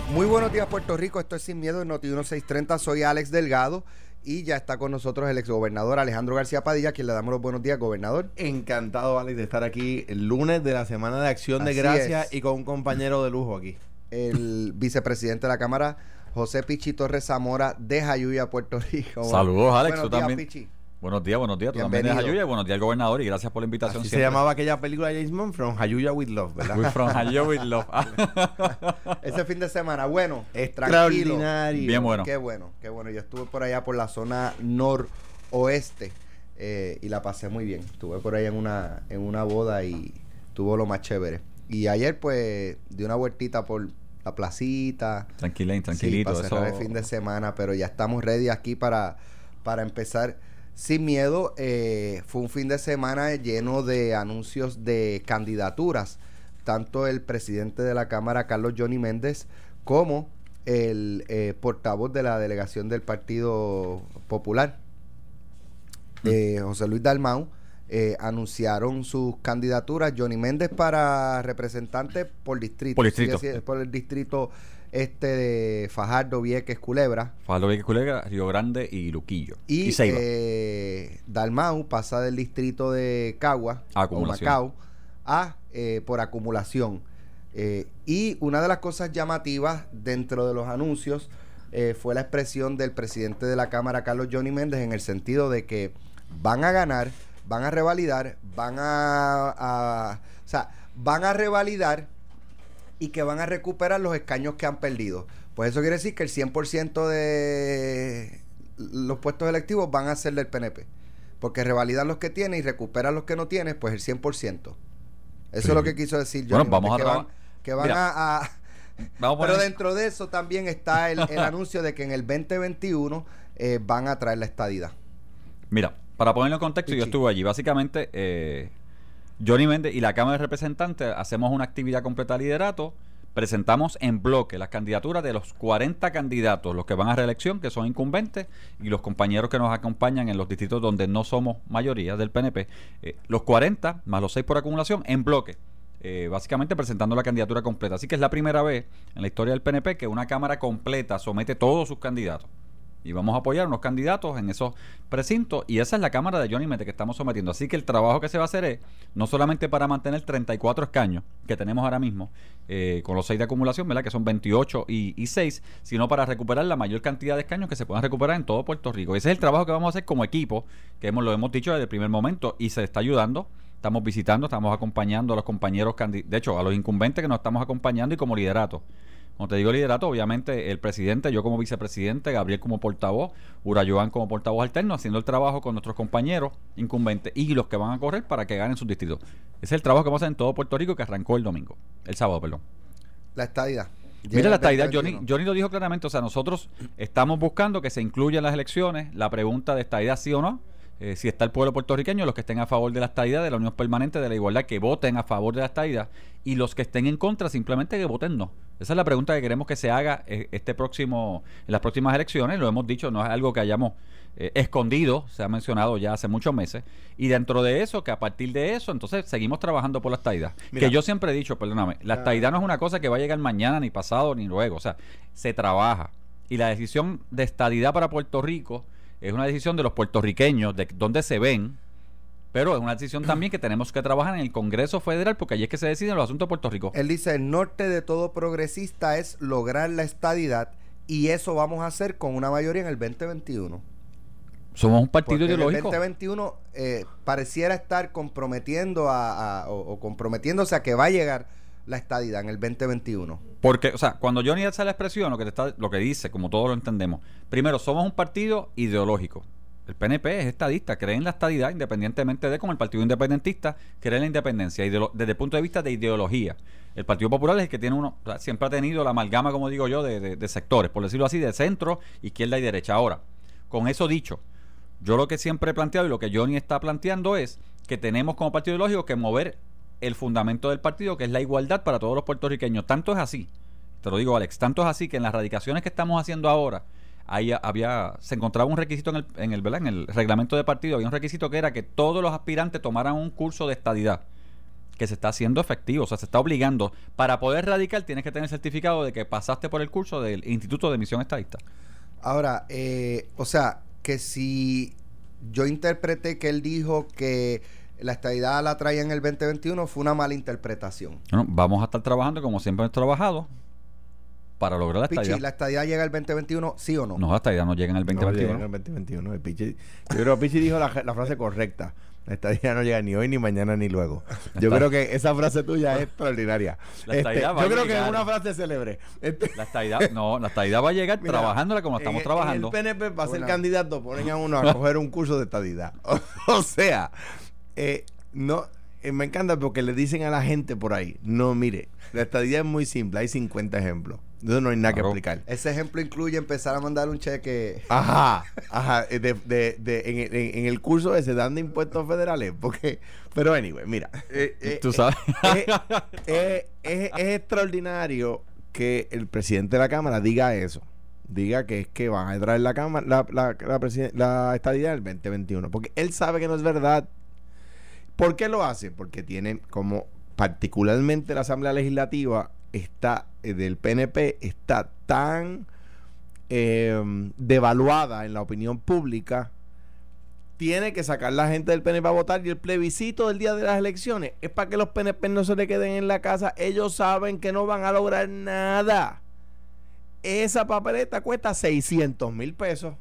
Muy buenos días, Puerto Rico. Esto es Sin Miedo en Noti 1630. Soy Alex Delgado y ya está con nosotros el exgobernador Alejandro García Padilla, a quien le damos los buenos días, gobernador. Encantado, Alex, de estar aquí el lunes de la Semana de Acción de Gracias y con un compañero de lujo aquí. El vicepresidente de la Cámara, José Pichi Torres Zamora, de Jayuya, Puerto Rico. Saludos, Alex. Buenos tú días, también. Pichi. Buenos días. Tú también de Jayuya. Buenos días al gobernador y gracias por la invitación. Así se llamaba aquella película de James Bond, From Jayuya with Love, ¿verdad? We're from Jayuya with Love. Ese fin de semana, bueno, extraordinario. Bien bueno. Qué bueno, qué bueno. Yo estuve por allá por la zona noroeste y la pasé muy bien. Estuve por allá en una boda y tuvo lo más chévere. Y ayer, pues, di una vueltita por la placita. Tranquilito. Sí, para cerrar el fin de semana, pero ya estamos ready aquí para empezar Sin Miedo. Fue un fin de semana lleno de anuncios de candidaturas. Tanto el presidente de la Cámara, Carlos Johnny Méndez, como el portavoz de la delegación del Partido Popular, José Luis Dalmau, anunciaron sus candidaturas. Johnny Méndez para representante por distrito. Por distrito. Sí, por el distrito de Fajardo, Vieques, Culebra. Río Grande y Luquillo. Y Ceiba. Dalmau pasa del distrito de Cagua o Macao por acumulación. Y una de las cosas llamativas dentro de los anuncios fue la expresión del presidente de la Cámara, Carlos Johnny Méndez, en el sentido de que van a ganar, van a revalidar, van a revalidar y que van a recuperar los escaños que han perdido. Pues eso quiere decir que el 100% de los puestos electivos van a ser del PNP, porque revalidan los que tiene y recuperan los que no tiene, pues el 100%. Eso es lo que quiso decir yo. Bueno, vamos a pero dentro de eso también está el anuncio de que en el 2021 van a traer la estadidad. Mira, para ponerlo en contexto, yo estuve allí. Básicamente, Johnny Méndez y la Cámara de Representantes hacemos una actividad completa de liderato. Presentamos en bloque las candidaturas de los 40 candidatos, los que van a reelección, que son incumbentes, y los compañeros que nos acompañan en los distritos donde no somos mayoría del PNP. Los 40 más los 6 por acumulación en bloque. Básicamente presentando la candidatura completa. Así que es la primera vez en la historia del PNP que una Cámara completa somete todos sus candidatos. Y vamos a apoyar a unos candidatos en esos precintos, y esa es la Cámara de Johnny Méndez que estamos sometiendo. Así que el trabajo que se va a hacer es no solamente para mantener 34 escaños que tenemos ahora mismo, con los 6 de acumulación, ¿verdad?, que son 28 y 6, sino para recuperar la mayor cantidad de escaños que se puedan recuperar en todo Puerto Rico. Ese es el trabajo que vamos a hacer como equipo, que lo hemos dicho desde el primer momento, y se está ayudando. Estamos visitando, estamos acompañando a los compañeros, de hecho, a los incumbentes que nos estamos acompañando, y como liderato. Cuando te digo liderato, obviamente el presidente, yo como vicepresidente, Gabriel como portavoz, Urayoan como portavoz alterno, haciendo el trabajo con nuestros compañeros incumbentes y los que van a correr para que ganen sus distritos. Ese es el trabajo que vamos a hacer en todo Puerto Rico, que arrancó el sábado, perdón. La estadidad. Mira, la estadidad, Johnny lo dijo claramente. O sea, nosotros estamos buscando que se incluya en las elecciones la pregunta de estadidad sí o no. Si está el pueblo puertorriqueño, los que estén a favor de la estadidad, de la unión permanente, de la igualdad, que voten a favor de la estadidad, y los que estén en contra, simplemente que voten no. Esa es la pregunta que queremos que se haga en las próximas elecciones. Lo hemos dicho, no es algo que hayamos escondido, se ha mencionado ya hace muchos meses, y dentro de eso, que a partir de eso, entonces seguimos trabajando por la estadidad. Mira, que yo siempre he dicho, perdóname, la estadidad no es una cosa que va a llegar mañana, ni pasado, ni luego. O sea, se trabaja, y la decisión de estadidad para Puerto Rico es una decisión de los puertorriqueños, de dónde se ven, pero es una decisión también que tenemos que trabajar en el Congreso Federal, porque allí es que se deciden los asuntos de Puerto Rico. Él dice, el norte de todo progresista es lograr la estadidad, y eso vamos a hacer con una mayoría en el 2021. Somos un partido porque ideológico. En el 2021 pareciera estar comprometiendo comprometiéndose a que va a llegar la estadidad en el 2021. Porque, o sea, cuando Johnny hace la expresión, lo que dice, como todos lo entendemos, primero, somos un partido ideológico. El PNP es estadista, cree en la estadidad, independientemente de, como el Partido Independentista, cree en la independencia, desde el punto de vista de ideología. El Partido Popular es el que tiene o sea, siempre ha tenido la amalgama, como digo yo, de sectores, por decirlo así, de centro, izquierda y derecha. Ahora, con eso dicho, yo lo que siempre he planteado y lo que Johnny está planteando es que tenemos como partido ideológico que mover el fundamento del partido, que es la igualdad para todos los puertorriqueños. Tanto es así, te lo digo, Alex, tanto es así que en las radicaciones que estamos haciendo ahora, ahí se encontraba un requisito en el reglamento de partido, había un requisito que era que todos los aspirantes tomaran un curso de estadidad, que se está haciendo efectivo, o sea, se está obligando. Para poder radicar tienes que tener certificado de que pasaste por el curso del Instituto de Emisión Estadista. Ahora, o sea, que si yo interpreté que él dijo que la estadidad la traía en el 2021, fue una mala interpretación. Bueno, vamos a estar trabajando como siempre hemos trabajado para lograr la estadidad. Pichi, ¿la estadidad llega el 2021, sí o no? No, la estadidad no llega en el 2021. No llega en el 2021. El Pichi, yo creo que Pichi dijo la frase correcta. La estadidad no llega ni hoy, ni mañana, ni luego. Yo creo que esa frase tuya es extraordinaria. La estadidad va a yo creo llegar. Que es una frase célebre. La estadidad va a llegar trabajándola como estamos trabajando. El PNP, para ser candidato, ponen a uno a coger un curso de estadidad. O sea, me encanta porque le dicen a la gente por ahí, no, mire, la estadidad es muy simple, hay 50 ejemplos. Entonces no hay nada que explicar. Ese ejemplo incluye empezar a mandar un cheque. Ajá. En el curso ese dan de impuestos federales. Pero anyway, mira. Tú sabes. Es extraordinario que el presidente de la Cámara diga eso. Diga que es que van a traer la Cámara, la estadidad del 2021. Porque él sabe que no es verdad. ¿Por qué lo hace? Porque tienen como particularmente la Asamblea Legislativa del PNP está tan devaluada en la opinión pública, tiene que sacar la gente del PNP a votar, y el plebiscito del día de las elecciones es para que los PNP no se le queden en la casa. Ellos saben que no van a lograr nada. Esa papeleta cuesta $600,000.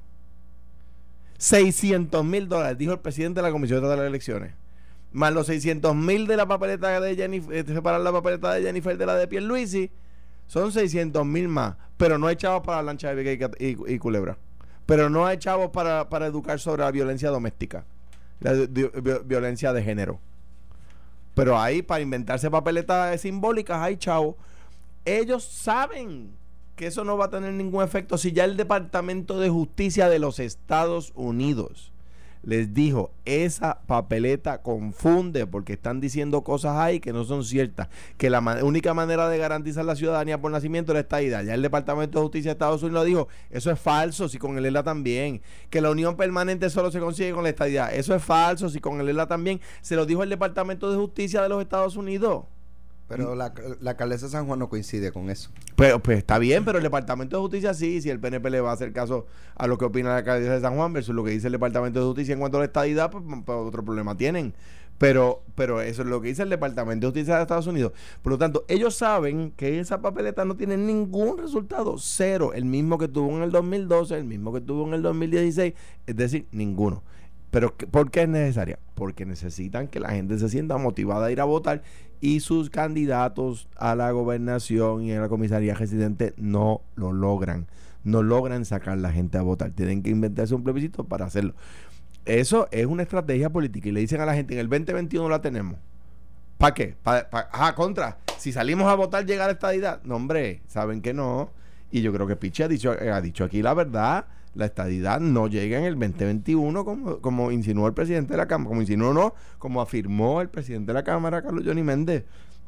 $600,000, dijo el presidente de la Comisión de las Elecciones. Más los $600,000 de la papeleta de Jennifer, separar la papeleta de Jennifer de la de Pierluisi, son $600,000 más. Pero no hay chavos para la lancha de Vega y Culebra. Pero no hay chavos para educar sobre la violencia doméstica, la violencia de género. Pero ahí, para inventarse papeletas simbólicas, hay chavos. Ellos saben que eso no va a tener ningún efecto. Si ya el Departamento de Justicia de los Estados Unidos les dijo, esa papeleta confunde porque están diciendo cosas ahí que no son ciertas, que la única manera de garantizar la ciudadanía por nacimiento era estadidad. Ya el Departamento de Justicia de Estados Unidos dijo, eso es falso, si con el ELA también. Que la unión permanente solo se consigue con la estadidad, eso es falso, si con el ELA también. Se lo dijo el Departamento de Justicia de los Estados Unidos. Pero la alcaldesa de San Juan no coincide con eso. Pues está bien, pero el Departamento de Justicia sí, si el PNP le va a hacer caso a lo que opina la alcaldesa de San Juan versus lo que dice el Departamento de Justicia en cuanto a la estadidad, pues otro problema tienen. Pero eso es lo que dice el Departamento de Justicia de Estados Unidos. Por lo tanto, ellos saben que esa papeleta no tiene ningún resultado, cero, el mismo que tuvo en el 2012, el mismo que tuvo en el 2016, es decir, ninguno. Pero ¿por qué es necesaria? Porque necesitan que la gente se sienta motivada a ir a votar, y sus candidatos a la gobernación y a la comisaría residente no lo logran. No logran sacar la gente a votar. Tienen que inventarse un plebiscito para hacerlo. Eso es una estrategia política, y le dicen a la gente, en el 2021 la tenemos. ¿Para qué? Contra. Si salimos a votar, llega la estadidad. No, hombre, saben que no. Y yo creo que Pichi ha dicho aquí la verdad. La estadidad no llega en el 2021 como insinuó el presidente de la Cámara, como afirmó el presidente de la Cámara, Carlos Johnny Méndez.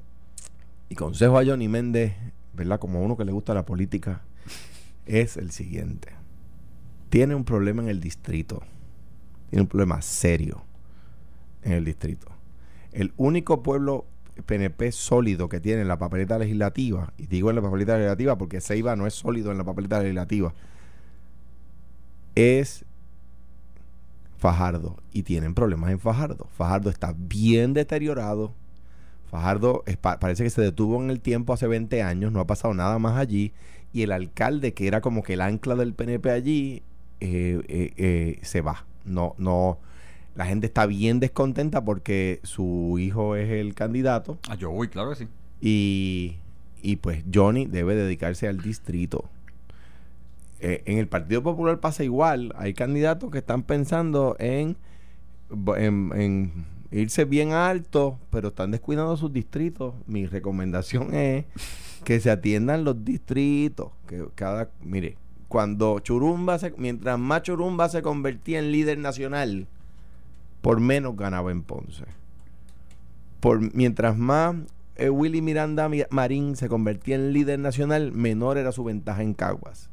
Y consejo a Johnny Méndez, ¿verdad? Como a uno que le gusta la política, es el siguiente: tiene un problema en el distrito, tiene un problema serio en el distrito. El único pueblo PNP sólido que tiene en la papeleta legislativa, y digo en la papeleta legislativa porque Ceiba no es sólido en la papeleta legislativa, es Fajardo, y tienen problemas en Fajardo. Fajardo está bien deteriorado. Fajardo parece que se detuvo en el tiempo hace 20 años, no ha pasado nada más allí, y el alcalde, que era como que el ancla del PNP allí, se va. No, la gente está bien descontenta porque su hijo es el candidato. Yo voy, claro que sí. Y pues Johnny debe dedicarse al distrito. En el Partido Popular pasa igual. Hay candidatos que están pensando en irse bien alto, pero están descuidando sus distritos. Mi recomendación es que se atiendan los distritos. Mire, cuando mientras más Churumba se convertía en líder nacional, por menos ganaba en Ponce. Mientras más Willy Miranda Marín se convertía en líder nacional, menor era su ventaja en Caguas.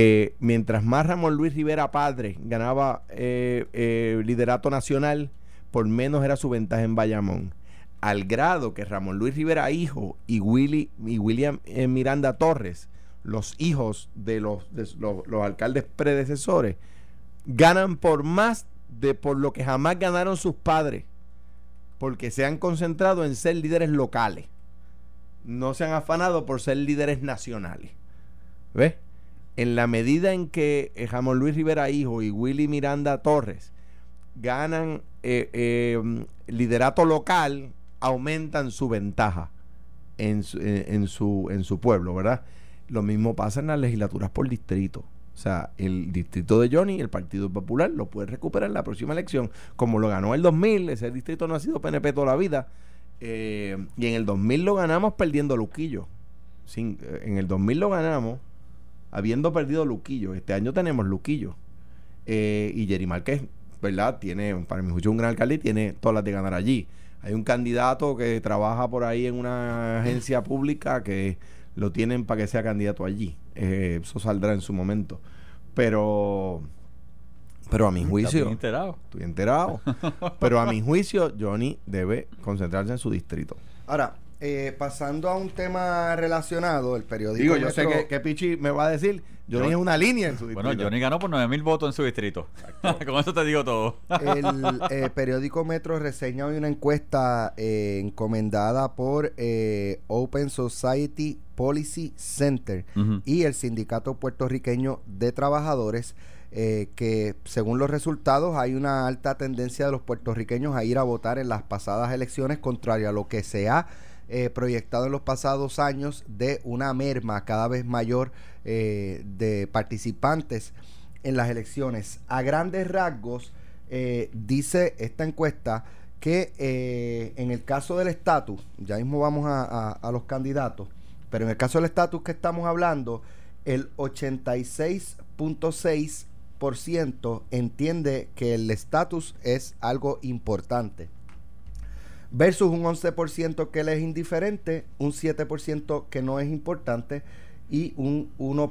Mientras más Ramón Luis Rivera Padre ganaba liderato nacional, por menos era su ventaja en Bayamón. Al grado que Ramón Luis Rivera hijo y William Miranda Torres, los hijos de los alcaldes predecesores, ganan por más de por lo que jamás ganaron sus padres, porque se han concentrado en ser líderes locales, no se han afanado por ser líderes nacionales. ¿Ves? En la medida en que Ramón Luis Rivera hijo y Willy Miranda Torres ganan liderato local, aumentan su ventaja en su pueblo, ¿verdad? Lo mismo pasa en las legislaturas por distrito. O sea, el distrito de Johnny, el Partido Popular, lo puede recuperar en la próxima elección. Como lo ganó en el 2000, ese distrito no ha sido PNP toda la vida. Y en el 2000 lo ganamos perdiendo Luquillo. En el 2000 lo ganamos habiendo perdido Luquillo. Este año tenemos Luquillo. Y Jerry Márquez, ¿verdad? Tiene, para mi juicio, un gran alcalde y tiene todas las de ganar allí. Hay un candidato que trabaja por ahí en una agencia pública que lo tienen para que sea candidato allí. Eso saldrá en su momento. Pero a mi juicio... Estoy enterado. Pero a mi juicio, Johnny debe concentrarse en su distrito. Ahora, pasando a un tema relacionado, el periódico... Yo sé que Pichi me va a decir, Johnny es una línea en su distrito. Bueno, Johnny ganó por 9,000 votos en su distrito. Con eso te digo todo. El periódico Metro reseña hoy una encuesta encomendada por Open Society Policy Center y el Sindicato Puertorriqueño de Trabajadores, que según los resultados hay una alta tendencia de los puertorriqueños a ir a votar en las pasadas elecciones, contrario a lo que se ha proyectado en los pasados años de una merma cada vez mayor de participantes en las elecciones. A grandes rasgos, dice esta encuesta que en el caso del estatus, ya mismo vamos a los candidatos, pero en el caso del estatus que estamos hablando, el 86.6% entiende que el estatus es algo importante, versus un 11% que le es indiferente, un 7% que no es importante y un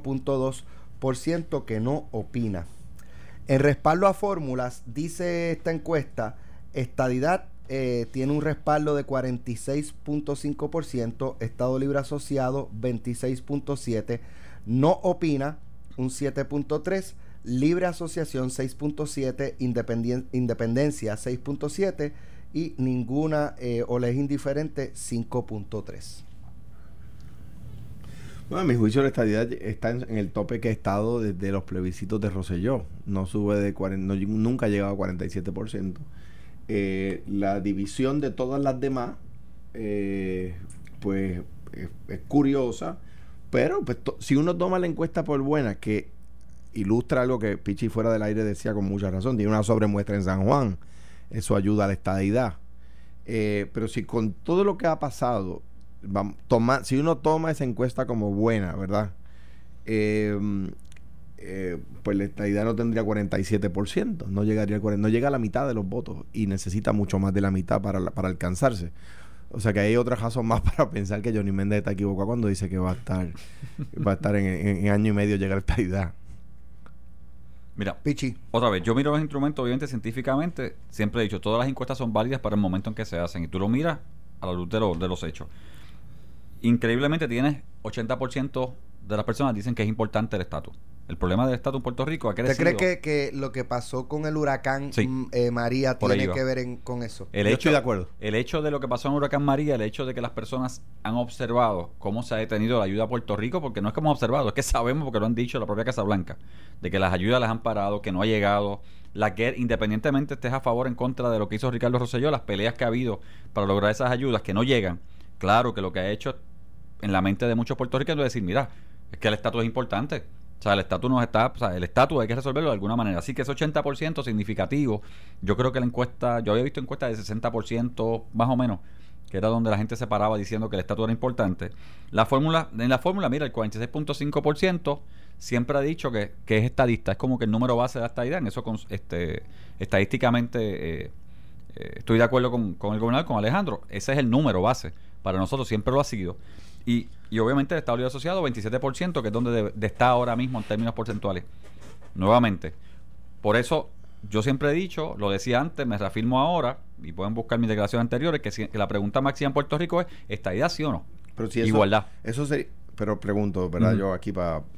1.2% que no opina. En respaldo a fórmulas, dice esta encuesta, estadidad tiene un respaldo de 46.5%, Estado Libre Asociado 26.7%, no opina un 7.3%, Libre Asociación 6.7%, Independencia 6.7% y ninguna o le es indiferente 5.3%. Bueno, a mi juicio la estadidad está en el tope que ha estado desde los plebiscitos de Rosselló. No sube de nunca ha llegado a 47%. La división de todas las demás pues es curiosa, pero pues, si uno toma la encuesta por buena, que ilustra algo que Pichi fuera del aire decía con mucha razón, tiene una sobremuestra en San Juan, eso ayuda a la estadidad, pero si con todo lo que ha pasado si uno toma esa encuesta como buena, ¿verdad? Pues la estadidad no tendría 47%, no llegaría al 40%, no llega a la mitad de los votos y necesita mucho más de la mitad para alcanzarse. O sea que hay otra razón más para pensar que Johnny Méndez está equivocado cuando dice que va a estar en año y medio llegar a la estadidad. Mira, Pichi, otra vez, yo miro los instrumentos, obviamente científicamente, siempre he dicho, todas las encuestas son válidas para el momento en que se hacen y tú lo miras a la luz de los hechos. Increíblemente tienes 80% de las personas dicen que es importante el estatus. El problema del estatus en Puerto Rico ha crecido. ¿Usted cree que lo que pasó con el huracán María tiene que ver con eso? Yo estoy de acuerdo. El hecho de lo que pasó en el huracán María, el hecho de que las personas han observado cómo se ha detenido la ayuda a Puerto Rico, porque no es que hemos observado, es que sabemos, porque lo han dicho la propia Casa Blanca, de que las ayudas las han parado, que no ha llegado. Independientemente estés a favor o en contra de lo que hizo Ricardo Rosselló, las peleas que ha habido para lograr esas ayudas que no llegan, claro que lo que ha hecho en la mente de muchos puertorriqueños es decir, mira, es que el estatus es importante. O sea, el estatus el estatus hay que resolverlo de alguna manera. Así que ese 80% significativo, yo creo que la encuesta, yo había visto encuestas de 60% más o menos, que era donde la gente se paraba diciendo que el estatus era importante. En la fórmula, mira, el 46.5% siempre ha dicho que es estadista, es como que el número base de la estadidad. En eso estadísticamente estoy de acuerdo con el gobernador, con Alejandro. Ese es el número base. Para nosotros siempre lo ha sido. Y obviamente el Estado Libre Asociado, 27%, que es donde está ahora mismo en términos porcentuales. Nuevamente, por eso yo siempre he dicho, lo decía antes, me reafirmo ahora, y pueden buscar mis declaraciones anteriores, que la pregunta máxima en Puerto Rico es, ¿estadidad sí o no? Pero si igualdad. Eso sería, pero pregunto, ¿verdad? Yo aquí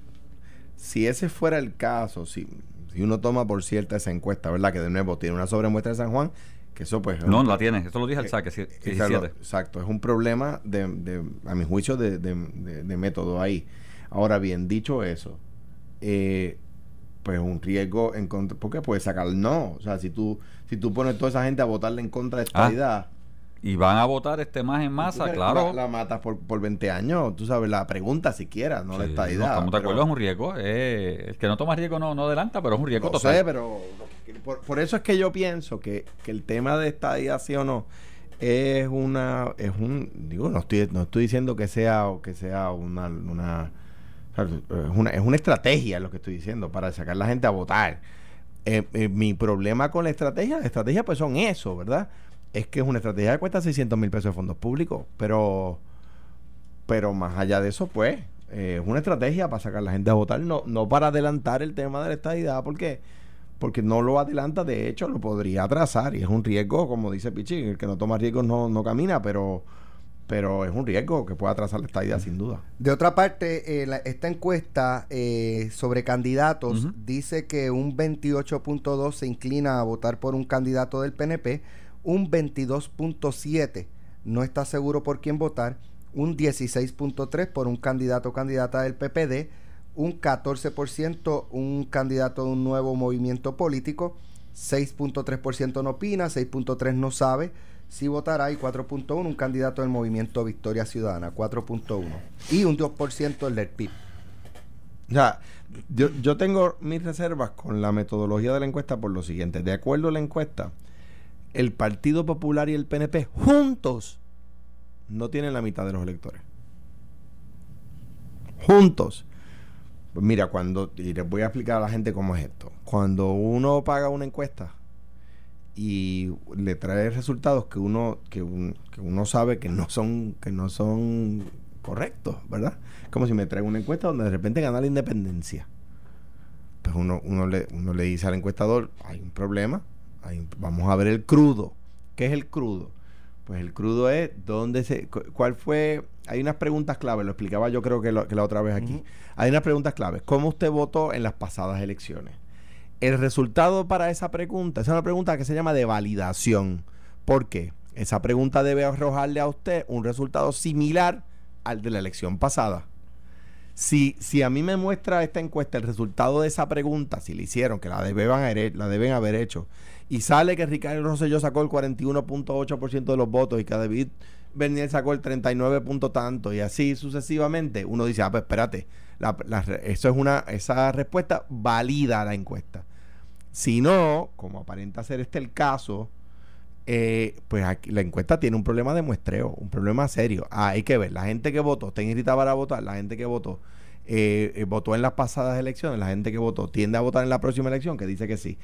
si ese fuera el caso, si uno toma por cierta esa encuesta, ¿verdad? Que de nuevo tiene una sobremuestra de San Juan, que eso pues... No la tiene, eso lo dije al saque, 17. Exacto, es un problema a mi juicio de método ahí. Ahora bien, dicho eso, pues un riesgo en contra, porque puedes sacar no, o sea, si tú pones toda esa gente a votarle en contra de estadidad y van a votar más en masa, claro. La matas por 20 años, tú sabes, la pregunta siquiera, no la estadidad. No, estamos de acuerdo, es un riesgo. El que no toma riesgo no adelanta, pero es un riesgo total. No sé, pero por eso es que yo pienso que el tema de estadidad sí o no no estoy diciendo que sea una es una estrategia lo que estoy diciendo para sacar a la gente a votar. Mi problema con la estrategia pues son eso, ¿verdad? Es que es una estrategia que cuesta 600 mil pesos de fondos públicos, pero más allá de eso, pues, es una estrategia para sacar a la gente a votar, no para adelantar el tema de la estadidad, porque no lo adelanta, de hecho, lo podría atrasar, y es un riesgo, como dice Pichi, el que no toma riesgos no camina, pero es un riesgo que puede atrasar la estadidad sin duda. De otra parte, esta encuesta sobre candidatos dice que un 28.2 se inclina a votar por un candidato del PNP, un 22.7 no está seguro por quién votar, un 16.3 por un candidato o candidata del PPD, un 14% un candidato de un nuevo movimiento político, 6.3% no opina, 6.3 no sabe si votará, y 4.1 un candidato del movimiento Victoria Ciudadana, 4.1, y un 2% el del PIB. O sea, yo tengo mis reservas con la metodología de la encuesta por lo siguiente. De acuerdo a la encuesta, el Partido Popular y el PNP juntos no tienen la mitad de los electores. Juntos. Pues mira, y les voy a explicar a la gente cómo es esto. Cuando uno paga una encuesta y le trae resultados que uno sabe que no son correctos, ¿verdad? Como si me trae una encuesta donde de repente gana la independencia. Pues uno le dice al encuestador, hay un problema, vamos a ver el crudo. ¿Qué es el crudo? Pues el crudo es cuál fue. Hay unas preguntas claves, lo explicaba yo creo que la otra vez aquí. Hay unas preguntas claves. ¿Cómo usted votó en las pasadas elecciones? El resultado para esa pregunta es una pregunta que se llama de validación. ¿Por qué? Esa pregunta debe arrojarle a usted un resultado similar al de la elección pasada. Si a mí me muestra esta encuesta el resultado de esa pregunta, si le hicieron, que la deben haber hecho, y sale que Ricardo Rosselló sacó el 41.8% de los votos y que David Bernier sacó el 39 punto tanto, y así sucesivamente, uno dice, pues espérate, esa respuesta valida la encuesta. Si no, como aparenta ser el caso, pues aquí la encuesta tiene un problema de muestreo, un problema serio. Hay que ver, la gente que votó está inscrita para votar, la gente que votó votó en las pasadas elecciones, la gente que votó tiende a votar en la próxima elección, que dice que sí.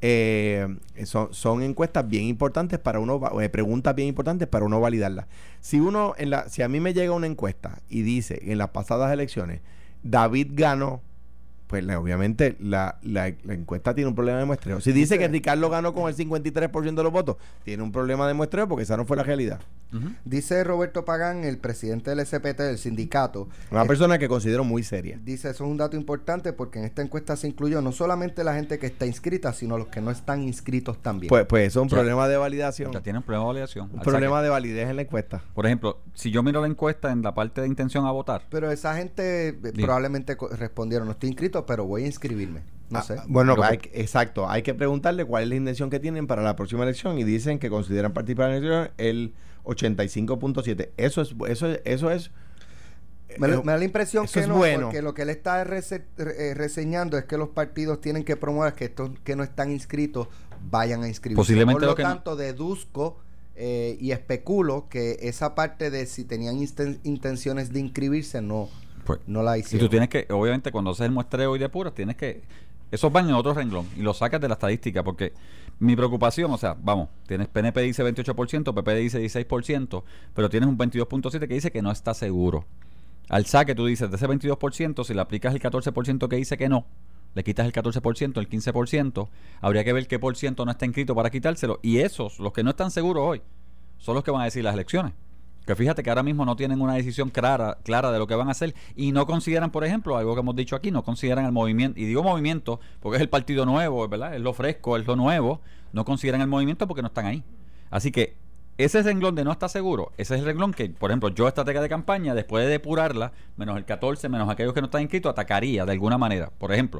Son encuestas bien importantes para uno, preguntas bien importantes para uno validarlas. Si a mí me llega una encuesta y dice en las pasadas elecciones David ganó, pues obviamente la encuesta tiene un problema de muestreo. Si dice que Ricardo ganó con el 53% de los votos, tiene un problema de muestreo porque esa no fue la realidad. Dice Roberto Pagán, el presidente del SPT, del sindicato, una persona que considero muy seria. Dice, eso es un dato importante porque en esta encuesta se incluyó no solamente la gente que está inscrita, sino los que no están inscritos también. Pues eso es un problema de validación. Ya tiene un problema de validación. Un problema de validez en la encuesta. Por ejemplo, si yo miro la encuesta en la parte de intención a votar. Pero esa gente probablemente respondieron, no estoy inscrito, pero voy a inscribirme. No sé. Bueno, exacto. Hay que preguntarle cuál es la intención que tienen para la próxima elección y dicen que consideran participar en la elección el 85.7. Eso es me da la impresión que no, bueno. Porque lo que él está reseñando es que los partidos tienen que promover que estos que no están inscritos vayan a inscribirse. Posiblemente por lo tanto, deduzco y especulo que esa parte de si tenían intenciones de inscribirse no la hicieron. Y tú tienes que, obviamente, cuando haces el muestreo y depuras, tienes que... Esos van en otro renglón y los sacas de la estadística, porque mi preocupación, o sea, vamos, tienes PNP dice 28%, PP dice 16%, pero tienes un 22.7% que dice que no está seguro. Al saque tú dices, de ese 22%, si le aplicas el 14% que dice que no, le quitas el 14%, el 15%, habría que ver qué por ciento no está inscrito para quitárselo. Y esos, los que no están seguros hoy, son los que van a decir las elecciones. Que fíjate que ahora mismo no tienen una decisión clara de lo que van a hacer y no consideran, por ejemplo, algo que hemos dicho aquí, no consideran el movimiento, y digo movimiento porque es el partido nuevo, ¿verdad? Es lo fresco, es lo nuevo, no consideran el movimiento porque no están ahí. Así que ese renglón de no está seguro, ese es el renglón que, por ejemplo, yo, estratega de campaña, después de depurarla, menos el 14, menos aquellos que no están inscritos, atacaría de alguna manera. Por ejemplo,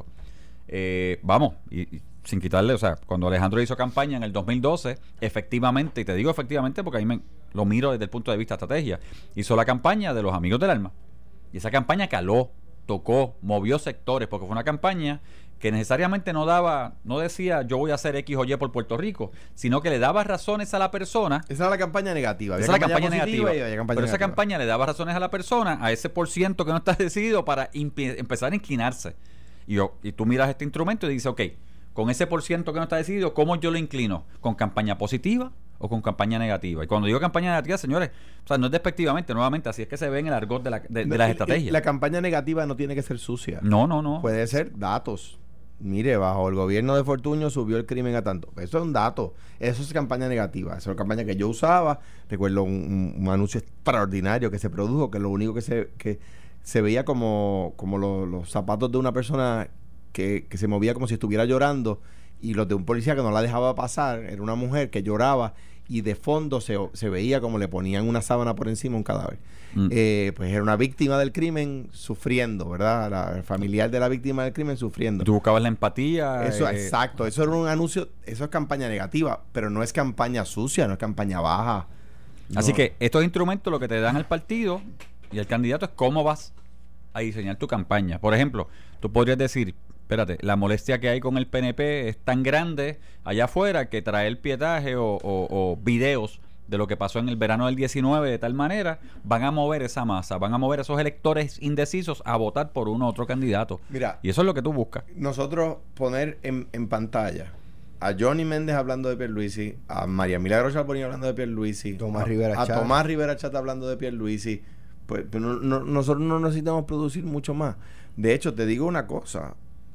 y sin quitarle, o sea, cuando Alejandro hizo campaña en el 2012, efectivamente, y te digo efectivamente porque ahí lo miro desde el punto de vista de estrategia, hizo la campaña de los Amigos del Alma. Y esa campaña caló, tocó, movió sectores, porque fue una campaña que necesariamente no decía yo voy a hacer X o Y por Puerto Rico, sino que le daba razones a la persona. Esa era la campaña negativa. Esa era la campaña negativa. Pero esa campaña le daba razones a la persona, a ese por ciento que no está decidido, para empezar a inclinarse. Y tú miras este instrumento y dices, ok, con ese por ciento que no está decidido, ¿cómo yo lo inclino? ¿Con campaña positiva o con campaña negativa? Y cuando digo campaña negativa, señores, o sea, no es despectivamente, nuevamente, así es que se ve en el argot de las estrategias. La campaña negativa no tiene que ser sucia. No. Puede ser datos. Mire, bajo el gobierno de Fortuño subió el crimen a tanto. Eso es un dato. Eso es campaña negativa. Esa es la campaña que yo usaba. Recuerdo un anuncio extraordinario que se produjo, que lo único que se veía como los zapatos de una persona que se movía como si estuviera llorando, y los de un policía que no la dejaba pasar. Era una mujer que lloraba y de fondo se veía como le ponían una sábana por encima a un cadáver. Pues era una víctima del crimen sufriendo, ¿verdad? El familiar de la víctima del crimen sufriendo. Tú buscabas la empatía. Eso, exacto. Eso era un anuncio, eso es campaña negativa, pero no es campaña sucia, no es campaña baja. Así que estos instrumentos lo que te dan el partido y el candidato es cómo vas a diseñar tu campaña. Por ejemplo, tú podrías decir, espérate, la molestia que hay con el PNP es tan grande allá afuera que traer pietaje o videos de lo que pasó en el verano del 19 de tal manera van a mover esa masa, van a mover esos electores indecisos a votar por uno u otro candidato. Mira, y eso es lo que tú buscas. Nosotros poner en pantalla a Johnny Méndez hablando de Pierluisi, a María Milagro Charbonnier hablando de Pierluisi, a Tomás Rivera Chat hablando de Pierluisi, pues nosotros no necesitamos producir mucho más. De hecho, te digo una cosa,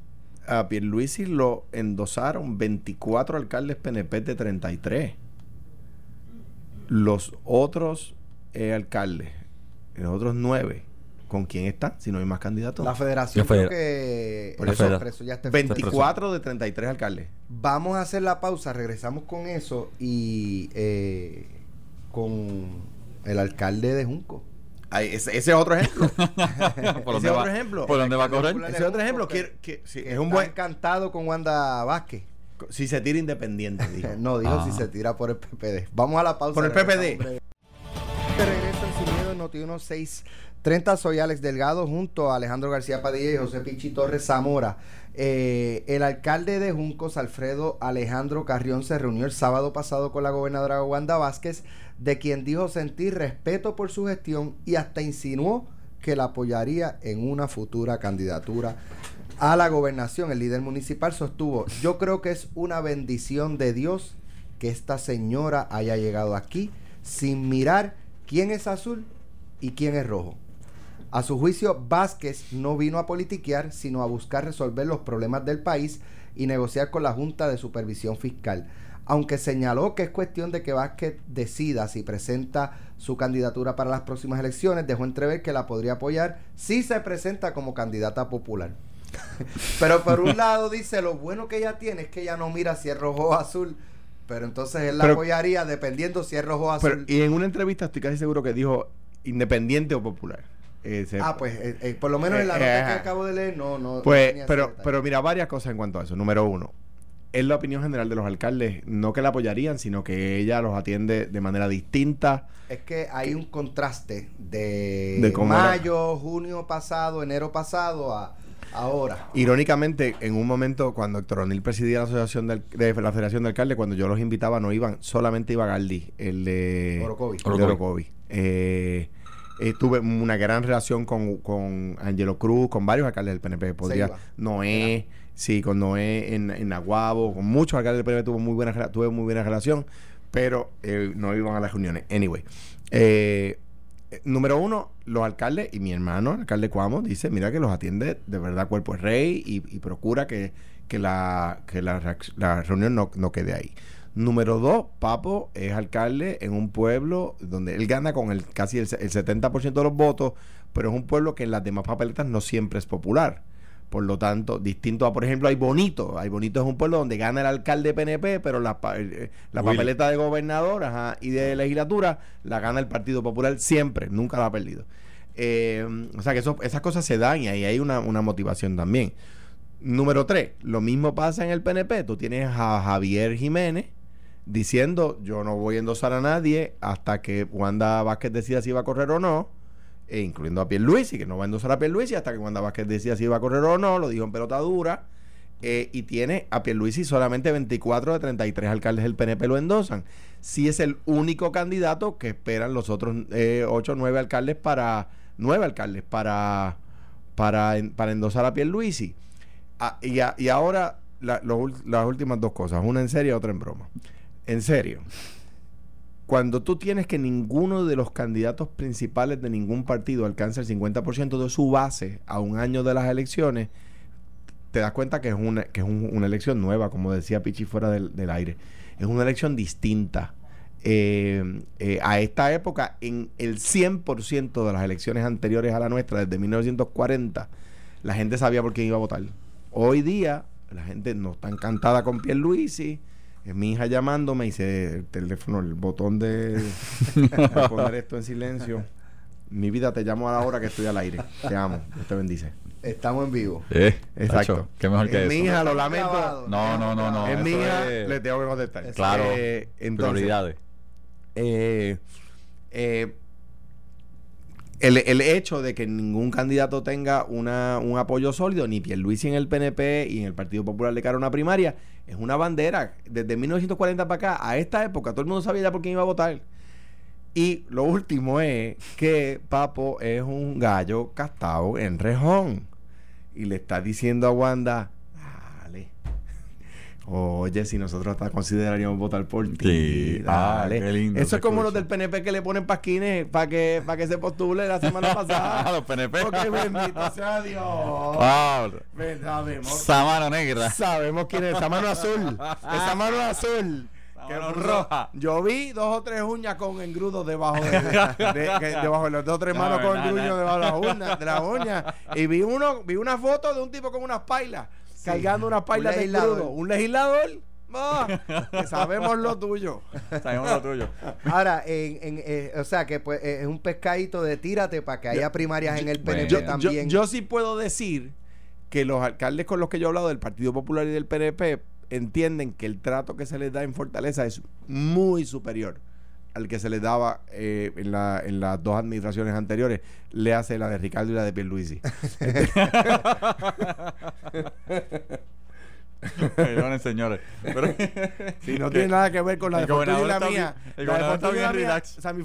a Pierluisi lo endosaron 24 alcaldes PNP de 33. Los otros alcaldes, los otros 9, ¿con quién están? Si no hay más candidatos. La federación creo que... Por eso ya está 24 de 33 alcaldes. Vamos a hacer la pausa, regresamos con eso y con el alcalde de Junco. Ese es otro ejemplo. ¿Por dónde va a correr? Ese es otro ejemplo. Es un buen encantado con Wanda Vázquez. Si se tira independiente, dijo. No, dijo si se tira por el PPD. Vamos a la pausa. Por el PPD. De regreso en Sin Miedo en Noti 1630. Soy Alex Delgado junto a Alejandro García Padilla y José Pichi Torres Zamora. El alcalde de Juncos, Alfredo Alejandro Carrión, se reunió el sábado pasado con la gobernadora Wanda Vázquez, de quien dijo sentir respeto por su gestión y hasta insinuó que la apoyaría en una futura candidatura a la gobernación. El líder municipal sostuvo: yo creo que es una bendición de Dios que esta señora haya llegado aquí sin mirar quién es azul y quién es rojo. A su juicio, Vázquez no vino a politiquear, sino a buscar resolver los problemas del país y negociar con la Junta de Supervisión Fiscal. Aunque señaló que es cuestión de que Vázquez decida si presenta su candidatura para las próximas elecciones, dejó entrever que la podría apoyar si se presenta como candidata popular. Pero por un lado dice, lo bueno que ella tiene es que ella no mira si es rojo o azul, pero entonces él la apoyaría dependiendo si es rojo o azul. Y en una entrevista estoy casi seguro que dijo independiente o popular. Por lo menos en la nota que acabo de leer no pero mira, varias cosas en cuanto a eso. Número uno, es la opinión general de los alcaldes, no que la apoyarían, sino que ella los atiende de manera distinta. Es que hay un contraste de mayo, junio pasado, enero pasado a ahora. Irónicamente, en un momento cuando Héctor O'Neill presidía la asociación de la Federación de Alcaldes, cuando yo los invitaba no iban, solamente iba Galdi, el de Orocovi. Tuve una gran relación con Angelo Cruz, con varios alcaldes del PNP. Noé, sí, con Noé en Aguabo, con muchos alcaldes del PNP tuve muy buena relación, pero no iban a las reuniones. Anyway, número uno, los alcaldes y mi hermano, el alcalde Cuamo, dice, mira que los atiende de verdad cuerpo es rey y procura que la reunión no quede ahí. Número 2, Papo es alcalde en un pueblo donde él gana con casi el 70% de los votos, pero es un pueblo que en las demás papeletas no siempre es popular. Por lo tanto, distinto a, por ejemplo, Aybonito. Aybonito es un pueblo donde gana el alcalde PNP, pero la papeleta de gobernador y de legislatura la gana el Partido Popular siempre, nunca la ha perdido. O sea que esas cosas se dan y ahí hay una motivación también. Número 3, lo mismo pasa en el PNP. Tú tienes a Javier Jiménez diciendo, yo no voy a endosar a nadie hasta que Wanda Vázquez decida si va a correr o no, incluyendo a Pierluisi, que no va a endosar a Pierluisi hasta que Wanda Vázquez decida si va a correr o no, lo dijo en pelota dura, y tiene a Pierluisi solamente 24 de 33 alcaldes del PNP lo endosan. Sí es el único candidato que esperan los otros 8 o 9 alcaldes para endosar a Pierluisi. Y ahora las últimas 2 cosas, una en serio y otra en broma. En serio, cuando tú tienes que ninguno de los candidatos principales de ningún partido alcanza el 50% de su base a un año de las elecciones, te das cuenta que es una elección nueva, como decía Pichi fuera del aire. Es una elección distinta. A esta época, en el 100% de las elecciones anteriores a la nuestra, desde 1940, la gente sabía por quién iba a votar. Hoy día, la gente no está encantada con Pierluisi. Es mi hija llamándome y el teléfono, el botón de poner esto en silencio. Mi vida, te llamo a la hora que estoy al aire. Te amo. Dios te bendice. Estamos en vivo. Exacto. Tacho, qué mejor que eso. Mi hija, lo lamento. No. Es mi hija, le tengo que contestar. Claro. Entonces, prioridades. El hecho de que ningún candidato tenga un apoyo sólido, ni Pierluisi en el PNP y en el Partido Popular de cara a una primaria, es una bandera. Desde 1940 para acá, a esta época, todo el mundo sabía ya por quién iba a votar. Y lo último es que Papo es un gallo castado en rejón. Y le está diciendo a Wanda, dale. Oye, si nosotros hasta consideraríamos votar por ti, sí, dale. Qué lindo. Eso es como los del PNP que le ponen pasquines para que se postule la semana pasada. Los PNP. Porque bendito sea Dios. Wow. Sabemos negra. Sabemos quién es. Esa mano azul. Esa mano azul. Que roja. Yo vi 2 o 3 uñas con engrudos debajo debajo de las 2 o 3 manos con engruños debajo de las uñas. Y vi una foto de un tipo con unas pailas. Sí, cargando unas pailas de engrudo. Un legislador. Que sabemos lo tuyo. Sabemos lo tuyo. Ahora, o sea, que pues, es un pescadito de tírate para que haya primarias en el PNP también. Yo sí puedo decir que los alcaldes con los que yo he hablado del Partido Popular y del PNP entienden que el trato que se les da en Fortaleza es muy superior al que se les daba en las 2 administraciones anteriores. Le hace la de Ricardo y la de Pierluisi. Perdonen, señores. Pero, si no tiene nada que ver con la de Fortuña y la mía. La de Fortuña y la mía. O sea,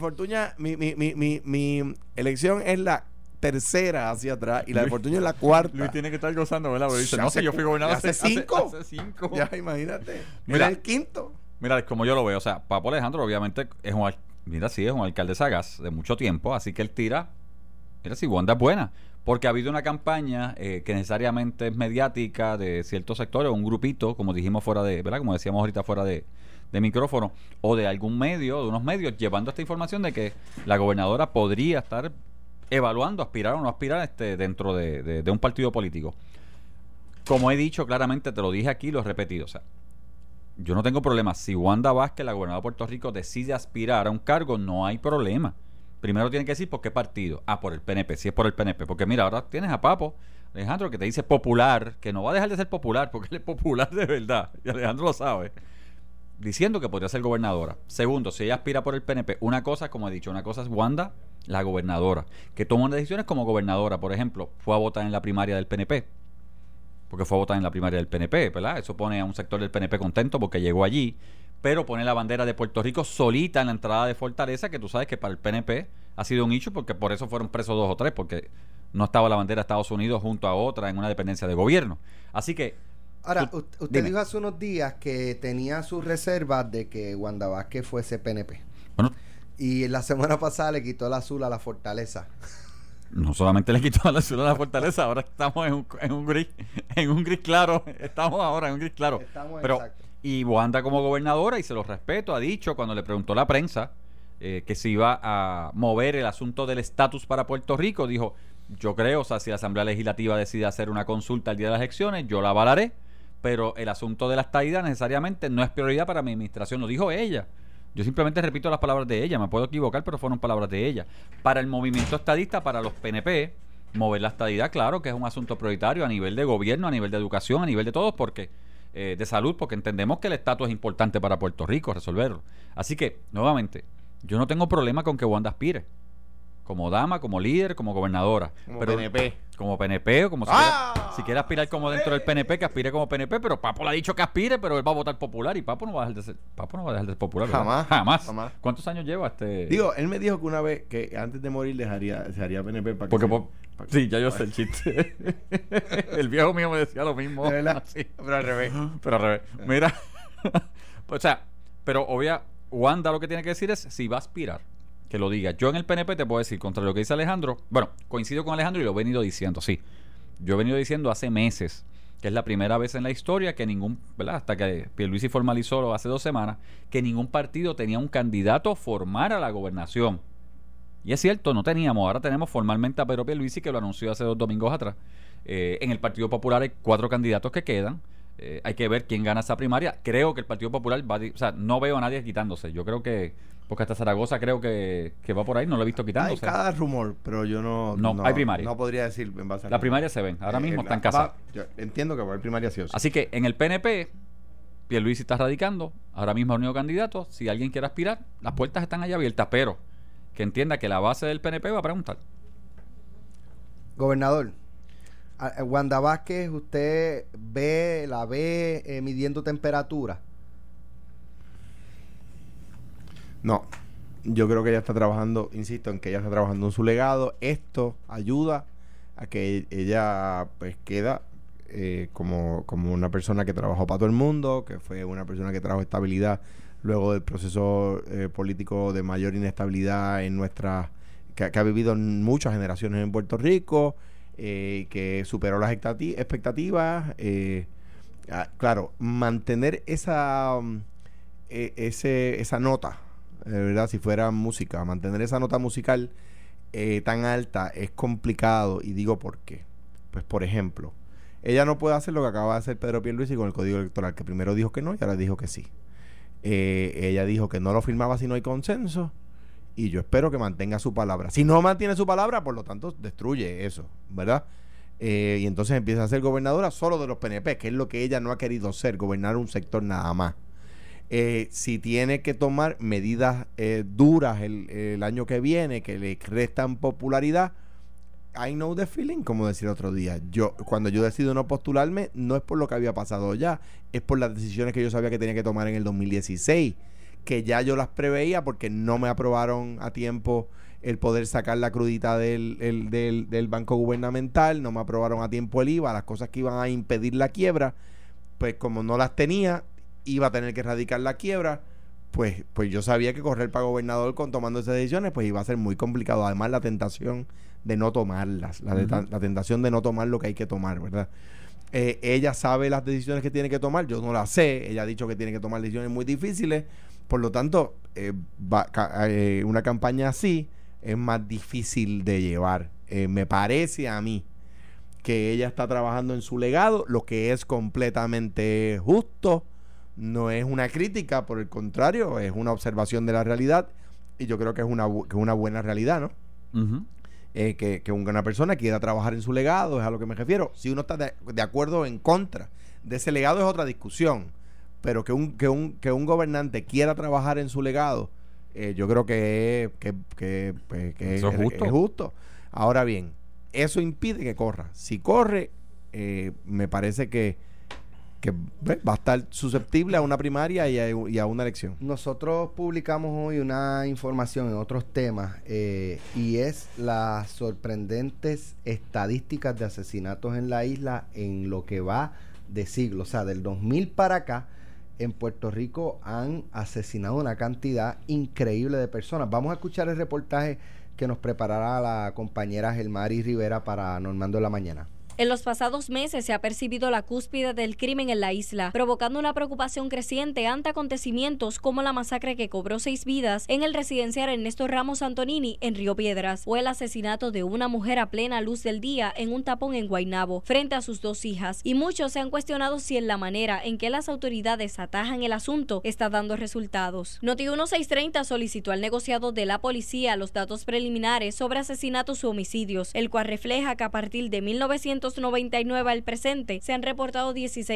mi elección es la tercera hacia atrás y la de Fortuño es la cuarta. Luis tiene que estar gozando, ¿verdad? Porque dice, no sé, yo fui gobernador hace 5. Ya, imagínate. Mira, el 5º. Mira, como yo lo veo, o sea, Papo Alejandro obviamente es un alcalde sagaz de mucho tiempo, así que él tira, mira, si Wanda es buena, porque ha habido una campaña que necesariamente es mediática de ciertos sectores, un grupito, como dijimos fuera de, ¿verdad? Como decíamos ahorita fuera de micrófono, o de algún medio, de unos medios, llevando esta información de que la gobernadora podría estar evaluando aspirar o no aspirar dentro de un partido político. Como he dicho claramente, te lo dije aquí, lo he repetido, o sea, yo no tengo problema. Si Wanda Vázquez, la gobernadora de Puerto Rico, decide aspirar a un cargo, no hay problema. Primero tiene que decir por qué partido. Por el PNP, si es por el PNP. Porque mira, ahora tienes a Papo Alejandro que te dice popular, que no va a dejar de ser popular, porque él es popular de verdad, y Alejandro lo sabe, diciendo que podría ser gobernadora. Segundo, si ella aspira por el PNP, una cosa, como he dicho, una cosa es Wanda, la gobernadora, que toma unas decisiones como gobernadora. Por ejemplo, fue a votar en la primaria del PNP, porque fue a votar en la primaria del PNP, ¿verdad? Eso pone a un sector del PNP contento porque llegó allí, pero pone la bandera de Puerto Rico solita en la entrada de Fortaleza, que tú sabes que para el PNP ha sido un issue, porque por eso fueron presos 2 o 3, porque no estaba la bandera de Estados Unidos junto a otra en una dependencia de gobierno. Así que... Ahora, usted dijo hace unos días que tenía sus reservas de que Wanda Vázquez fuese PNP. Bueno, Y la semana pasada le quitó el azul a la Fortaleza. No solamente le quitó el azul a la Fortaleza, ahora estamos en un gris claro. Estamos ahora en un gris claro. Pero, exacto. Y Wanda como gobernadora, y se lo respeto, ha dicho cuando le preguntó a la prensa que se iba a mover el asunto del estatus para Puerto Rico, dijo, yo creo, o sea, si la Asamblea Legislativa decide hacer una consulta el día de las elecciones, yo la avalaré, pero el asunto de la estadidad necesariamente no es prioridad para mi administración, lo dijo ella. Yo simplemente repito las palabras de ella, me puedo equivocar, pero fueron palabras de ella. Para el movimiento estadista, para los PNP, mover la estadidad, claro que es un asunto prioritario a nivel de gobierno, a nivel de educación, a nivel de todos, porque de salud, porque entendemos que el estatus es importante para Puerto Rico, resolverlo. Así que, nuevamente, yo no tengo problema con que Wanda aspire. Como dama, como líder, como gobernadora. Como PNP. Como PNP o como si quiere aspirar como dentro del PNP, que aspire como PNP, pero Papo le ha dicho que aspire, pero él va a votar popular y Papo no va a dejar de ser popular. Jamás. ¿Cuántos años lleva Digo, él me dijo que una vez, que antes de morir se haría PNP para que... Sí, ya yo sé el chiste. El viejo mío me decía lo mismo. ¿De verdad? Sí, pero al revés. Mira, o sea, pero Wanda lo que tiene que decir es si va a aspirar. Que lo diga. Yo en el PNP te puedo decir, contra lo que dice Alejandro, bueno, coincido con Alejandro y lo he venido diciendo, sí. Yo he venido diciendo hace meses que es la primera vez en la historia que ¿verdad? Hasta que Pierluisi formalizó hace 2 semanas, que ningún partido tenía un candidato formal a la gobernación. Y es cierto, no teníamos. Ahora tenemos formalmente a Pedro Pierluisi, que lo anunció hace 2 domingos atrás. En el Partido Popular hay 4 candidatos que quedan. Hay que ver quién gana esa primaria. Creo que el Partido Popular o sea, no veo a nadie quitándose. Yo creo que, porque hasta Zaragoza creo que va por ahí, no lo he visto quitándose. Hay cada rumor, pero yo no hay primaria. No podría decir en base a la primaria se ven, ahora mismo están casados. Yo entiendo que va a haber primaria sí o sí. Así que en el PNP, Pierluisi está radicando, ahora mismo es el único candidato. Si alguien quiere aspirar, las puertas están allá abiertas, pero que entienda que la base del PNP va a preguntar. Gobernador, Wanda Vázquez, ¿usted la ve midiendo temperatura? No, yo creo que ella está trabajando, insisto en que ella está trabajando en su legado. Esto ayuda a que ella pues queda como una persona que trabajó para todo el mundo, que fue una persona que trajo estabilidad luego del proceso político de mayor inestabilidad en que ha vivido en muchas generaciones en Puerto Rico, que superó las expectativas. Claro, mantener esa nota, ¿verdad? Si fuera música, mantener esa nota musical tan alta es complicado, y digo por qué. Pues, por ejemplo, ella no puede hacer lo que acaba de hacer Pedro Pierluisi con el Código Electoral, que primero dijo que no y ahora dijo que sí. Ella dijo que no lo firmaba si no hay consenso, y yo espero que mantenga su palabra. Si no mantiene su palabra, por lo tanto, destruye eso, ¿verdad? Y entonces empieza a ser gobernadora solo de los PNP, que es lo que ella no ha querido ser, gobernar un sector nada más. Si tiene que tomar medidas duras el año que viene, que le restan popularidad, I know the feeling, como decía el otro día. Cuando yo decido no postularme, no es por lo que había pasado ya, es por las decisiones que yo sabía que tenía que tomar en el 2016, que ya yo las preveía porque no me aprobaron a tiempo el poder sacar la crudita del banco gubernamental, no me aprobaron a tiempo el IVA, las cosas que iban a impedir la quiebra, pues como no las tenía, iba a tener que erradicar la quiebra, pues yo sabía que correr para gobernador tomando esas decisiones, pues iba a ser muy complicado. Además, la tentación de no tomarlas, la tentación de no tomar lo que hay que tomar, ¿verdad? Ella sabe las decisiones que tiene que tomar, yo no las sé. Ella ha dicho que tiene que tomar decisiones muy difíciles, por lo tanto, una campaña así es más difícil de llevar. Me parece a mí que ella está trabajando en su legado, lo que es completamente justo. No es una crítica, por el contrario, es una observación de la realidad, y yo creo que es una buena realidad, ¿no? Uh-huh. Que una persona quiera trabajar en su legado, es a lo que me refiero. Si uno está de acuerdo o en contra de ese legado es otra discusión, pero que un gobernante quiera trabajar en su legado, yo creo que eso es justo. Ahora bien, eso impide que corra. Si corre, me parece que va a estar susceptible a una primaria y a una elección. Nosotros publicamos hoy una información en otros temas, y es las sorprendentes estadísticas de asesinatos en la isla en lo que va de siglo. O sea, del 2000 para acá, en Puerto Rico han asesinado una cantidad increíble de personas. Vamos a escuchar el reportaje que nos preparará la compañera Gelmari Rivera para Normando en la Mañana. En los pasados meses se ha percibido la cúspide del crimen en la isla, provocando una preocupación creciente ante acontecimientos como la masacre que cobró 6 vidas en el residencial Ernesto Ramos Antonini en Río Piedras, o el asesinato de una mujer a plena luz del día en un tapón en Guaynabo, frente a sus 2 hijas. Y muchos se han cuestionado si en la manera en que las autoridades atajan el asunto está dando resultados. Noti1 630 solicitó al negociado de la policía los datos preliminares sobre asesinatos u homicidios, el cual refleja que a partir de 1999 al presente se han reportado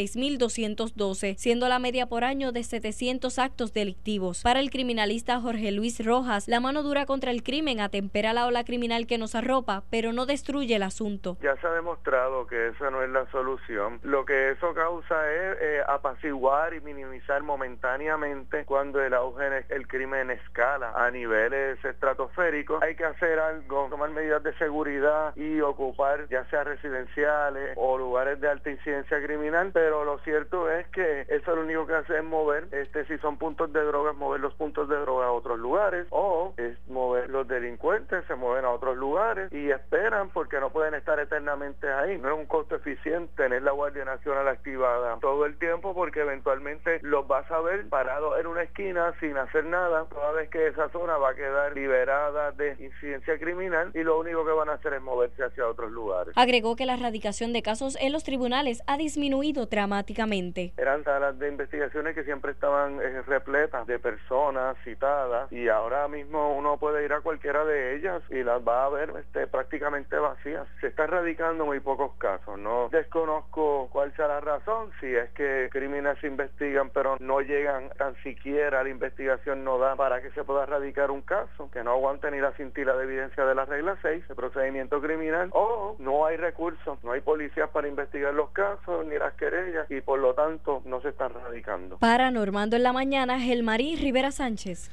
16.212, siendo la media por año de 700 actos delictivos. Para el criminalista Jorge Luis Rojas, la mano dura contra el crimen atempera la ola criminal que nos arropa, pero no destruye el asunto. Ya se ha demostrado que esa no es la solución. Lo que eso causa es apaciguar y minimizar momentáneamente cuando el auge en el crimen escala a niveles estratosféricos. Hay que hacer algo, tomar medidas de seguridad y ocupar ya sea residencial o lugares de alta incidencia criminal, pero lo cierto es que eso lo único que hace es mover, si son puntos de drogas, mover los puntos de drogas a otros lugares, o es mover los delincuentes, se mueven a otros lugares y esperan porque no pueden estar eternamente ahí. No es un costo eficiente tener la Guardia Nacional activada todo el tiempo porque eventualmente los vas a ver parados en una esquina sin hacer nada, toda vez que esa zona va a quedar liberada de incidencia criminal y lo único que van a hacer es moverse hacia otros lugares. Agregó que la erradicación de casos en los tribunales ha disminuido dramáticamente. Eran salas de investigaciones que siempre estaban repletas de personas citadas y ahora mismo uno puede ir a cualquiera de ellas y las va a ver prácticamente vacías. Se está erradicando muy pocos casos. No desconozco cuál sea la razón, si es que crímenes se investigan pero no llegan tan siquiera, la investigación no da para que se pueda erradicar un caso, que no aguante ni la cintila de evidencia de la regla 6, el procedimiento criminal, o no hay recursos. No hay policías para investigar los casos ni las querellas y por lo tanto no se están radicando. Para Normando en la Mañana, Gelmari Rivera Sánchez.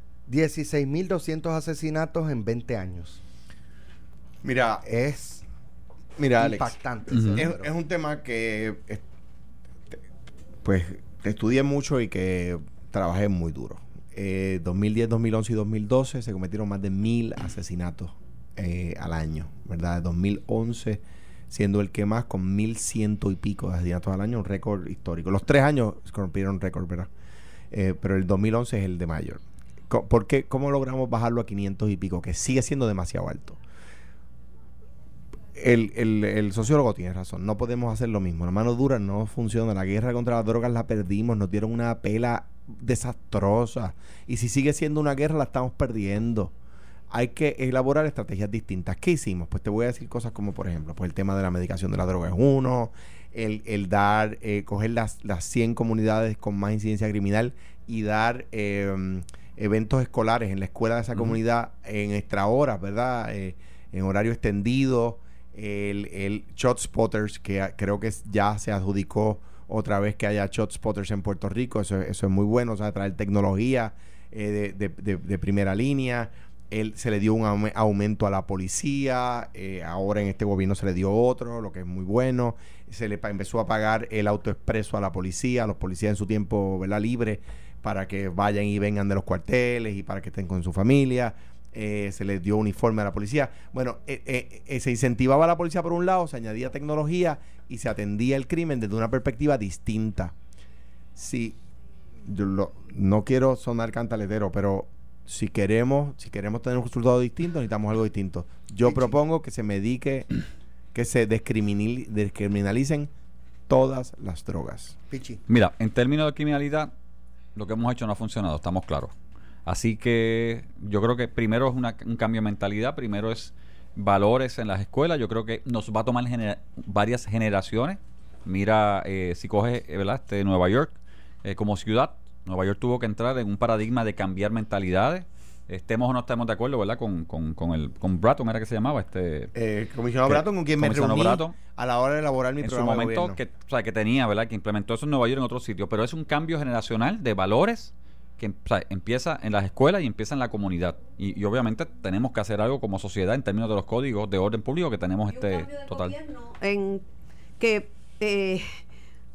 16.200 asesinatos en 20 años. Mira, impactante. Alex, es un tema que pues estudié mucho y que trabajé muy duro. 2010, 2011 y 2012 se cometieron más de 1,000 asesinatos al año, ¿verdad? 2011 siendo el que más, con 1,100 y pico de asesinatos al año, un récord histórico. Los 3 años rompieron récord, ¿verdad? Pero el 2011 es el de mayor. ¿Por qué? ¿Cómo logramos bajarlo a 500 y pico? Que sigue siendo demasiado alto. El sociólogo tiene razón. No podemos hacer lo mismo. La mano dura no funciona. La guerra contra las drogas la perdimos. Nos dieron una pela desastrosa. Y si sigue siendo una guerra, la estamos perdiendo. Hay que elaborar estrategias distintas. ¿Qué hicimos? Pues te voy a decir cosas como, por ejemplo, pues el tema de la medicación de la droga es uno, coger las 100 comunidades con más incidencia criminal y dar eventos escolares en la escuela de esa comunidad en extra horas, ¿verdad? En horario extendido, el Shot Spotters, que creo que ya se adjudicó otra vez que haya Shot Spotters en Puerto Rico, eso es muy bueno, o sea, traer tecnología de primera línea. Se le dio un aumento a la policía, ahora en este gobierno se le dio otro, lo que es muy bueno. Se le empezó a pagar el autoexpreso a la policía, a los policías en su tiempo, ¿verdad?, libre, para que vayan y vengan de los cuarteles y para que estén con su familia. Se les dio uniforme a la policía. Bueno, se incentivaba a la policía por un lado, se añadía tecnología y se atendía el crimen desde una perspectiva distinta. Sí, no quiero sonar cantaletero, pero si queremos tener un resultado distinto, necesitamos algo distinto. Yo propongo que se medique, que se descriminalicen todas las drogas. Pichi. Mira, en términos de criminalidad, lo que hemos hecho no ha funcionado, estamos claros. Así que yo creo que primero es un cambio de mentalidad, primero es valores en las escuelas. Yo creo que nos va a tomar varias generaciones. Mira, si coges, ¿verdad?, Nueva York como ciudad, Nueva York tuvo que entrar en un paradigma de cambiar mentalidades. Estemos o no estemos de acuerdo, ¿verdad? Con Bratton, ¿era que se llamaba? Comisionado Bratton, con quien me reuní a la hora de elaborar mi programa de gobierno. En su momento, que tenía, ¿verdad?, que implementó eso en Nueva York, en otros sitios. Pero es un cambio generacional de valores que empieza en las escuelas y empieza en la comunidad. Y obviamente tenemos que hacer algo como sociedad en términos de los códigos de orden público que tenemos total. En que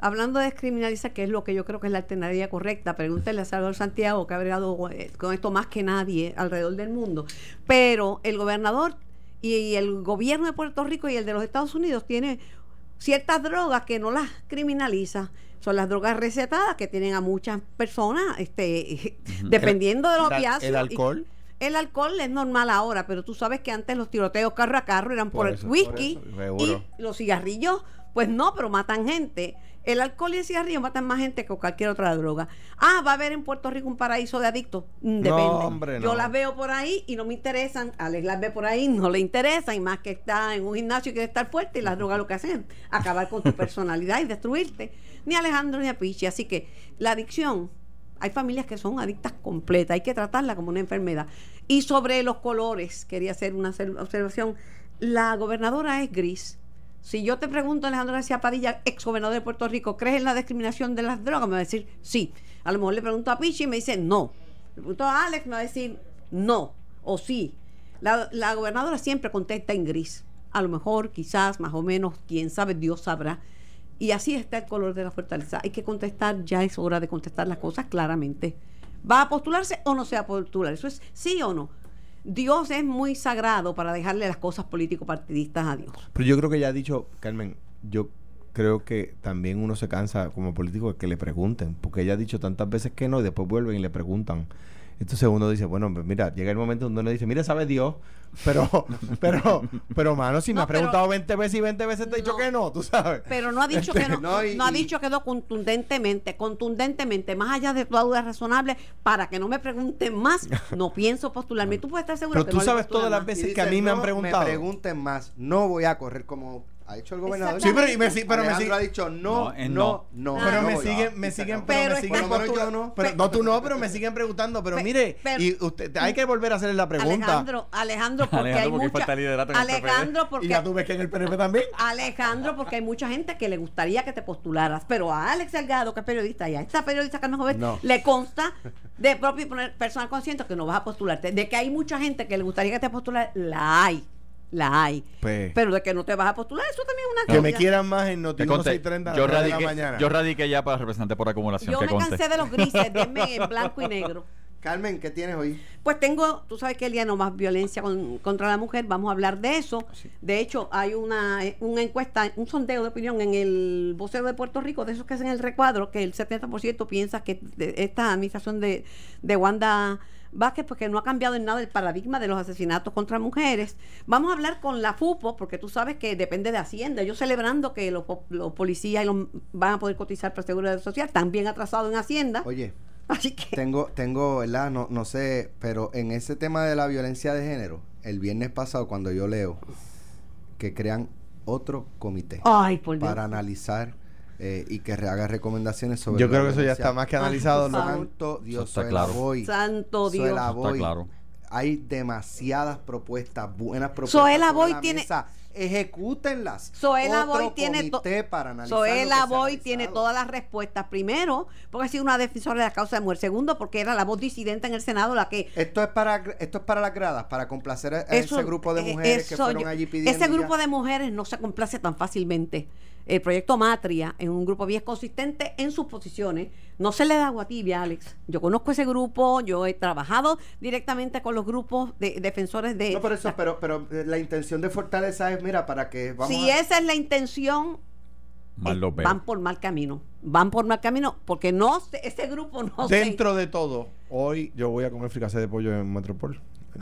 hablando de descriminalizar, que es lo que yo creo que es la alternativa correcta, pregúntale a Salvador Santiago, que ha bregado con esto más que nadie alrededor del mundo, pero el gobernador y el gobierno de Puerto Rico y el de los Estados Unidos tiene ciertas drogas que no las criminaliza. Son las drogas recetadas que tienen a muchas personas dependiendo de los opiáceos. ¿El alcohol? El alcohol es normal ahora, pero tú sabes que antes los tiroteos carro a carro eran por el whisky, y los cigarrillos, pues no, pero matan gente. El alcohol y el cigarrillo matan más gente que cualquier otra droga. Va a haber en Puerto Rico un paraíso de adictos. Depende. No, hombre, no. Yo las veo por ahí y no me interesan. Alex las ve por ahí, no le interesa. Y más que está en un gimnasio y quiere estar fuerte, y las drogas lo que hacen es acabar con tu personalidad y destruirte. Ni a Alejandro ni a Pichi. Así que la adicción, hay familias que son adictas completas. Hay que tratarla como una enfermedad. Y sobre los colores, quería hacer una observación. La gobernadora es gris. Si yo te pregunto, Alejandro García Padilla, ex gobernador de Puerto Rico, ¿crees en la discriminación de las drogas? Me va a decir sí. A lo mejor le pregunto a Pichi y me dice no. Le pregunto a Alex, me va a decir no o sí. La gobernadora siempre contesta en gris. A lo mejor, quizás, más o menos, quién sabe, Dios sabrá. Y así está el color de la fortaleza. Hay que contestar, ya es hora de contestar las cosas claramente. ¿Va a postularse o no se va a postular? Eso es sí o no. Dios es muy sagrado para dejarle las cosas político-partidistas a Dios. Pero yo creo que ya ha dicho, Carmen, yo creo que también uno se cansa como político de que le pregunten, porque ella ha dicho tantas veces que no y después vuelven y le preguntan. Entonces uno dice, bueno, pues mira, llega el momento donde uno dice, mira, sabe Dios, pero mano, si me has preguntado 20 veces y 20 veces te he dicho que no, tú sabes. Pero no ha dicho que no, ha dicho que no contundentemente, más allá de toda duda razonable, para que no me pregunten más, no pienso postularme. Tú puedes estar seguro pero que tú no sabes todas las veces que a mí me han preguntado. Me pregunten más, no voy a correr como ha dicho el gobernador. Sí, pero me Alejandro ha dicho no. Pero me siguen postulando. Pero me siguen preguntando. Pero mire, y usted hay que volver a hacerle la pregunta. Alejandro, porque hay mucha Alejandro, porque y ya tú ves que en el PNP también. Alejandro, porque hay mucha gente que le gustaría que te postularas, pero a Alex Delgado, que es periodista, y a esta periodista Carmen Jovet, le consta de propio personal consciente que no vas a postularte. De que hay mucha gente que le gustaría que te postularas, la hay. Pues, pero de que no te vas a postular, eso también es una cosa. Que me quieran más en Noti1 630 de la mañana. Yo radiqué ya para representante por acumulación. Yo me cansé de los grises, denme en blanco y negro. Carmen, ¿qué tienes hoy? Pues tú sabes que el día no más violencia contra la mujer, vamos a hablar de eso. Sí. De hecho, hay una encuesta, un sondeo de opinión en el vocero de Puerto Rico, de esos que hacen el recuadro, que el 70% piensa que esta administración de Wanda Vázquez, porque no ha cambiado en nada el paradigma de los asesinatos contra mujeres. Vamos a hablar con la FUPO, porque tú sabes que depende de Hacienda. Yo celebrando que los policías van a poder cotizar para Seguridad Social, también atrasado en Hacienda. Oye, así que tengo, ¿verdad? No sé, pero en ese tema de la violencia de género, el viernes pasado cuando yo leo que crean otro comité para analizar y que haga recomendaciones sobre. Yo creo que eso ya está más que analizado. Santo Dios, está claro. Santo Dios. Está claro. Hay demasiadas propuestas, buenas propuestas. Zoela Boy tiene. Ejecútenlas. Zoela Boy tiene para analizar. Zoela Boy tiene todas las respuestas. Primero, porque ha sido una defensora de la causa de mujer. Segundo, porque era la voz disidente en el Senado la que. Esto es para las gradas, para complacer a ese grupo de mujeres que fueron allí pidiendo. Ese grupo de mujeres no se complace tan fácilmente. El proyecto Matria es un grupo bien consistente en sus posiciones. No se le da agua tibia, Alex. Yo conozco ese grupo, yo he trabajado directamente con los grupos de defensores de. No, por eso, pero la intención de Fortaleza es, mira, para que vamos. Si esa es la intención, van por mal camino. Porque ese grupo no. Dentro de todo, hoy yo voy a comer fricasé de pollo en Metropol.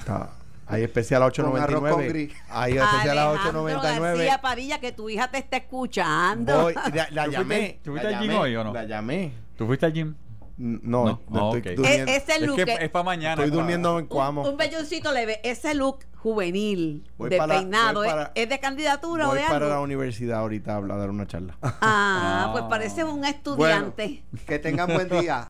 Hay especial a 8.99. Hay especial a 8.99. García Padilla, que tu hija te está escuchando. La llamé. ¿Tú fuiste al gym hoy o no? La llamé. ¿Tú fuiste al gym? No. Okay. Ese look es para mañana. Estoy durmiendo en Cuamo. Un velloncito leve. Ese look juvenil peinado es de candidatura o de algo. Voy para la universidad ahorita a dar una charla. Pues parece un estudiante. Bueno, que tengan buen día.